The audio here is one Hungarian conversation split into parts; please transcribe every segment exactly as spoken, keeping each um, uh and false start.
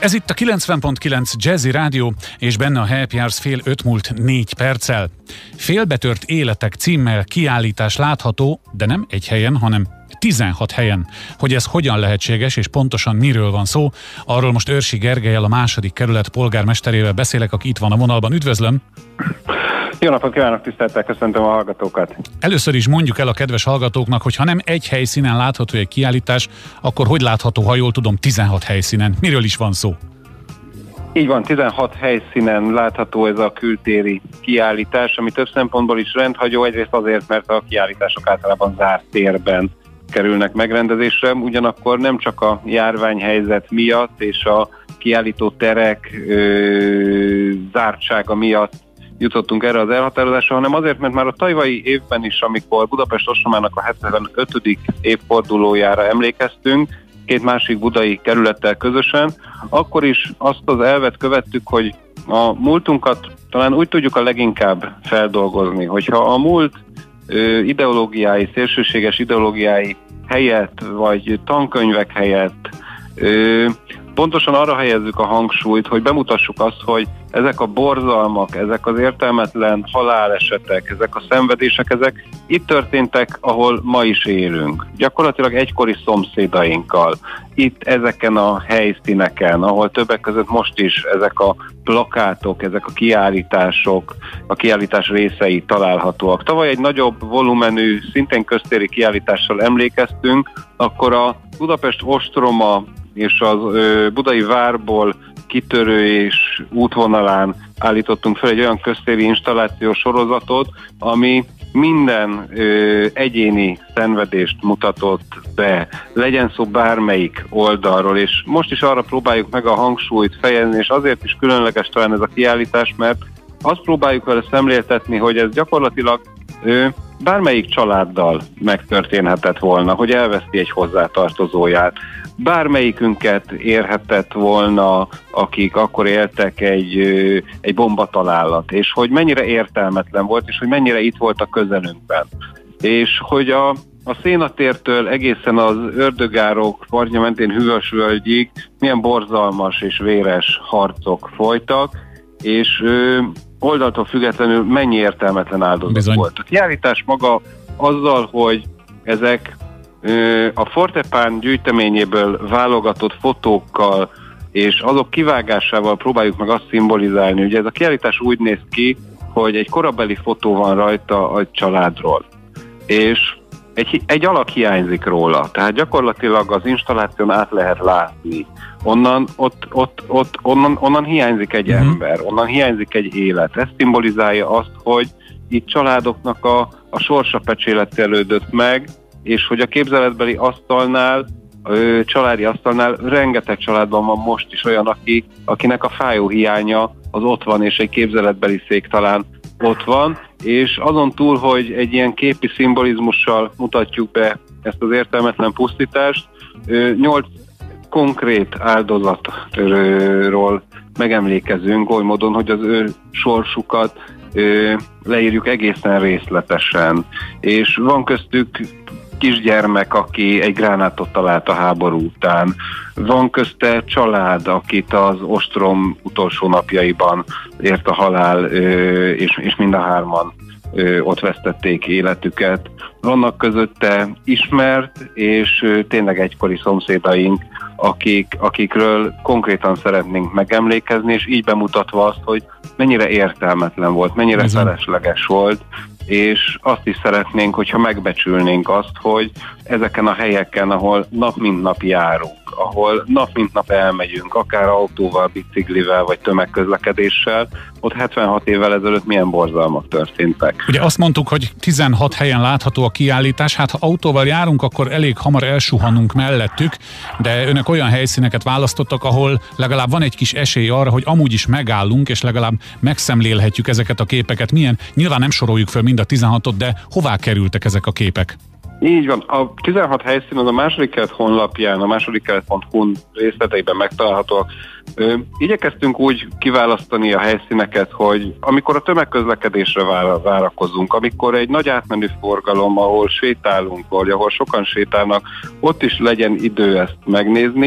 Ez itt a kilencven pont kilenc Jazzy Rádió, és benne a Happy Hours fél öt múlt négy perccel. Félbetört életek címmel kiállítás látható, de nem egy helyen, hanem tizenhat helyen. Hogy ez hogyan lehetséges, és pontosan miről van szó, arról most Őrsi Gergellyel, a második kerület polgármesterével beszélek, aki itt van a vonalban. Üdvözlöm! Jó napot kívánok, tisztelettel köszöntöm a hallgatókat! Először is mondjuk el a kedves hallgatóknak, hogy ha nem egy helyszínen látható egy kiállítás, akkor hogy látható, ha jól tudom, tizenhat helyszínen? Miről is van szó? Így van, tizenhat helyszínen látható ez a kültéri kiállítás, ami több szempontból is rendhagyó, egyrészt azért, mert a kiállítások általában zárt térben kerülnek megrendezésre, ugyanakkor nem csak a járványhelyzet miatt és a kiállító terek ö, zártsága miatt jutottunk erre az elhatározásra, hanem azért, mert már a tavalyi évben is, amikor Budapest ostromának a hetvenötödik évfordulójára emlékeztünk, két másik budai kerülettel közösen, akkor is azt az elvet követtük, hogy a múltunkat talán úgy tudjuk a leginkább feldolgozni, hogyha a múlt ö, ideológiái, szélsőséges ideológiái helyett, vagy tankönyvek helyett ö, pontosan arra helyezzük a hangsúlyt, hogy bemutassuk azt, hogy ezek a borzalmak, ezek az értelmetlen halálesetek, ezek a szenvedések, ezek itt történtek, ahol ma is élünk. Gyakorlatilag egykori szomszédainkkal, itt ezeken a helyszíneken, ahol többek között most is ezek a plakátok, ezek a kiállítások, a kiállítás részei találhatóak. Tavaly egy nagyobb volumenű, szintén köztéri kiállítással emlékeztünk, akkor a Budapest ostroma és az ö, budai várból kitörő és útvonalán állítottunk fel egy olyan köztéri installációs sorozatot, ami minden ö, egyéni szenvedést mutatott be, legyen szó bármelyik oldalról, és most is arra próbáljuk meg a hangsúlyt fejezni, és azért is különleges talán ez a kiállítás, mert azt próbáljuk vele szemléltetni, hogy ez gyakorlatilag ö, bármelyik családdal megtörténhetett volna, hogy elveszti egy hozzátartozóját. Bármelyikünket érhetett volna, akik akkor éltek egy, egy bombatalálat, és hogy mennyire értelmetlen volt, és hogy mennyire itt volt a közelünkben. És hogy a, a Szénatértől egészen az Ördögárok partja mentén Hűvösvölgyig milyen borzalmas és véres harcok folytak, és ö, oldaltól függetlenül mennyi értelmetlen áldozat Bizony. volt. A kiállítás maga azzal, hogy ezek ö, a Fortepán gyűjteményéből válogatott fotókkal és azok kivágásával próbáljuk meg azt szimbolizálni. Ugye ez a kiállítás úgy néz ki, hogy egy korabeli fotó van rajta a családról, és egy, egy alak hiányzik róla, tehát gyakorlatilag az installáción át lehet látni. Onnan, ott, ott, ott, onnan, onnan hiányzik egy uh-huh. ember, onnan hiányzik egy élet. Ez szimbolizálja azt, hogy itt családoknak a, a sorsa pecsélettelődött meg, és hogy a képzeletbeli asztalnál, ö, családi asztalnál rengeteg családban van most is olyan, aki, akinek a fájó hiánya az ott van, és egy képzeletbeli szék talán ott van, és azon túl, hogy egy ilyen képi szimbolizmussal mutatjuk be ezt az értelmetlen pusztítást, nyolc konkrét áldozatról megemlékezünk oly módon, hogy az ő sorsukat leírjuk egészen részletesen. És van köztük kisgyermek, aki egy gránátot talált a háború után. Van közte család, akit az ostrom utolsó napjaiban ért a halál, és, és mind a hárman ott vesztették életüket. Vannak közötte ismert és tényleg egykori szomszédaink, akik, akikről konkrétan szeretnénk megemlékezni, és így bemutatva azt, hogy mennyire értelmetlen volt, mennyire Bizony. felesleges volt, és azt is szeretnénk, hogyha megbecsülnénk azt, hogy ezeken a helyeken, ahol nap mint nap járunk, ahol nap mint nap elmegyünk, akár autóval, biciklivel vagy tömegközlekedéssel, ott hetvenhat évvel ezelőtt milyen borzalmak történtek. Ugye azt mondtuk, hogy tizenhat helyen látható a kiállítás, hát ha autóval járunk, akkor elég hamar elsuhanunk mellettük, de önök olyan helyszíneket választottak, ahol legalább van egy kis esély arra, hogy amúgy is megállunk, és legalább megszemlélhetjük ezeket a képeket. Milyen? Nyilván nem soroljuk föl mind a tizenhatot, de hová kerültek ezek a képek? Így van. A tizenhat helyszín az a második kelet honlapján, a második kelet pont hu részleteiben megtalálhatóak. Ö, igyekeztünk úgy kiválasztani a helyszíneket, hogy amikor a tömegközlekedésre várakozunk, amikor egy nagy átmenő forgalom, ahol sétálunk, vagy ahol sokan sétálnak, ott is legyen idő ezt megnézni,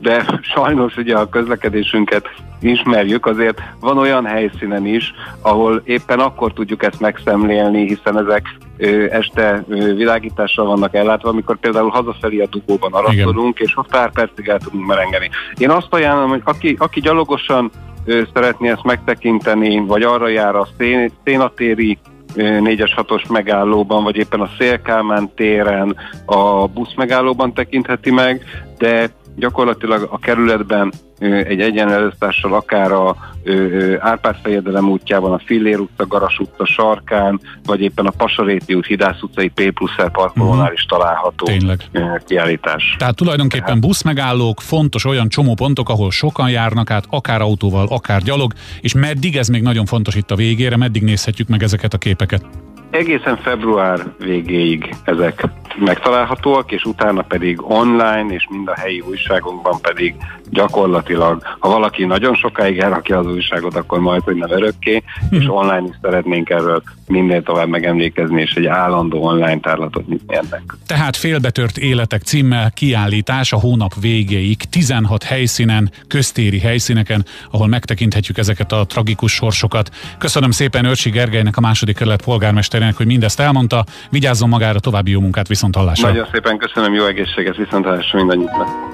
de sajnos ugye a közlekedésünket ismerjük, azért van olyan helyszínen is, ahol éppen akkor tudjuk ezt megszemlélni, hiszen ezek ö, este ö, világítással vannak ellátva, amikor például hazafelé a dugóban araszolunk, és ott pár percig el tudunk merengeni. Én azt ajánlom, hogy aki, aki gyalogosan ö, szeretné ezt megtekinteni, vagy arra jár a szén, Szénatéri négyes hatos megállóban, vagy éppen a Széll-Kálmán téren, a busz megállóban tekintheti meg, de gyakorlatilag a kerületben egy egyenlelosztással akár a Árpád-fejedelem útjában, a Fillér utca, Garas utca sarkán, vagy éppen a Pasaréti út, Hidász utcai P plusz R parkolónál is található Tényleg. kiállítás. Tehát tulajdonképpen Tehát... buszmegállók, fontos olyan csomópontok, ahol sokan járnak át, akár autóval, akár gyalog, és meddig, ez még nagyon fontos itt a végére, meddig nézhetjük meg ezeket a képeket? Egészen február végéig ezek megtalálhatóak, és utána pedig online, és mind a helyi újságokban pedig gyakorlatilag, ha valaki nagyon sokáig elrakja az újságot, akkor majd, hogy nem örökké, hmm. és online is szeretnénk erről minél tovább megemlékezni, és egy állandó online tárlatot nyitni ennek. Tehát Félbetört életek címmel kiállítás a hónap végéig tizenhat helyszínen, köztéri helyszíneken, ahol megtekinthetjük ezeket a tragikus sorsokat. Köszönöm szépen Örsi Gergelynek, a második kerület polgármesterének, hogy mindezt elmondta. Vigyázzon magára, további jó munkát, viszont hallásra. Nagyon szépen köszönöm, jó egészséget, viszont hallásra mindannyiuknak.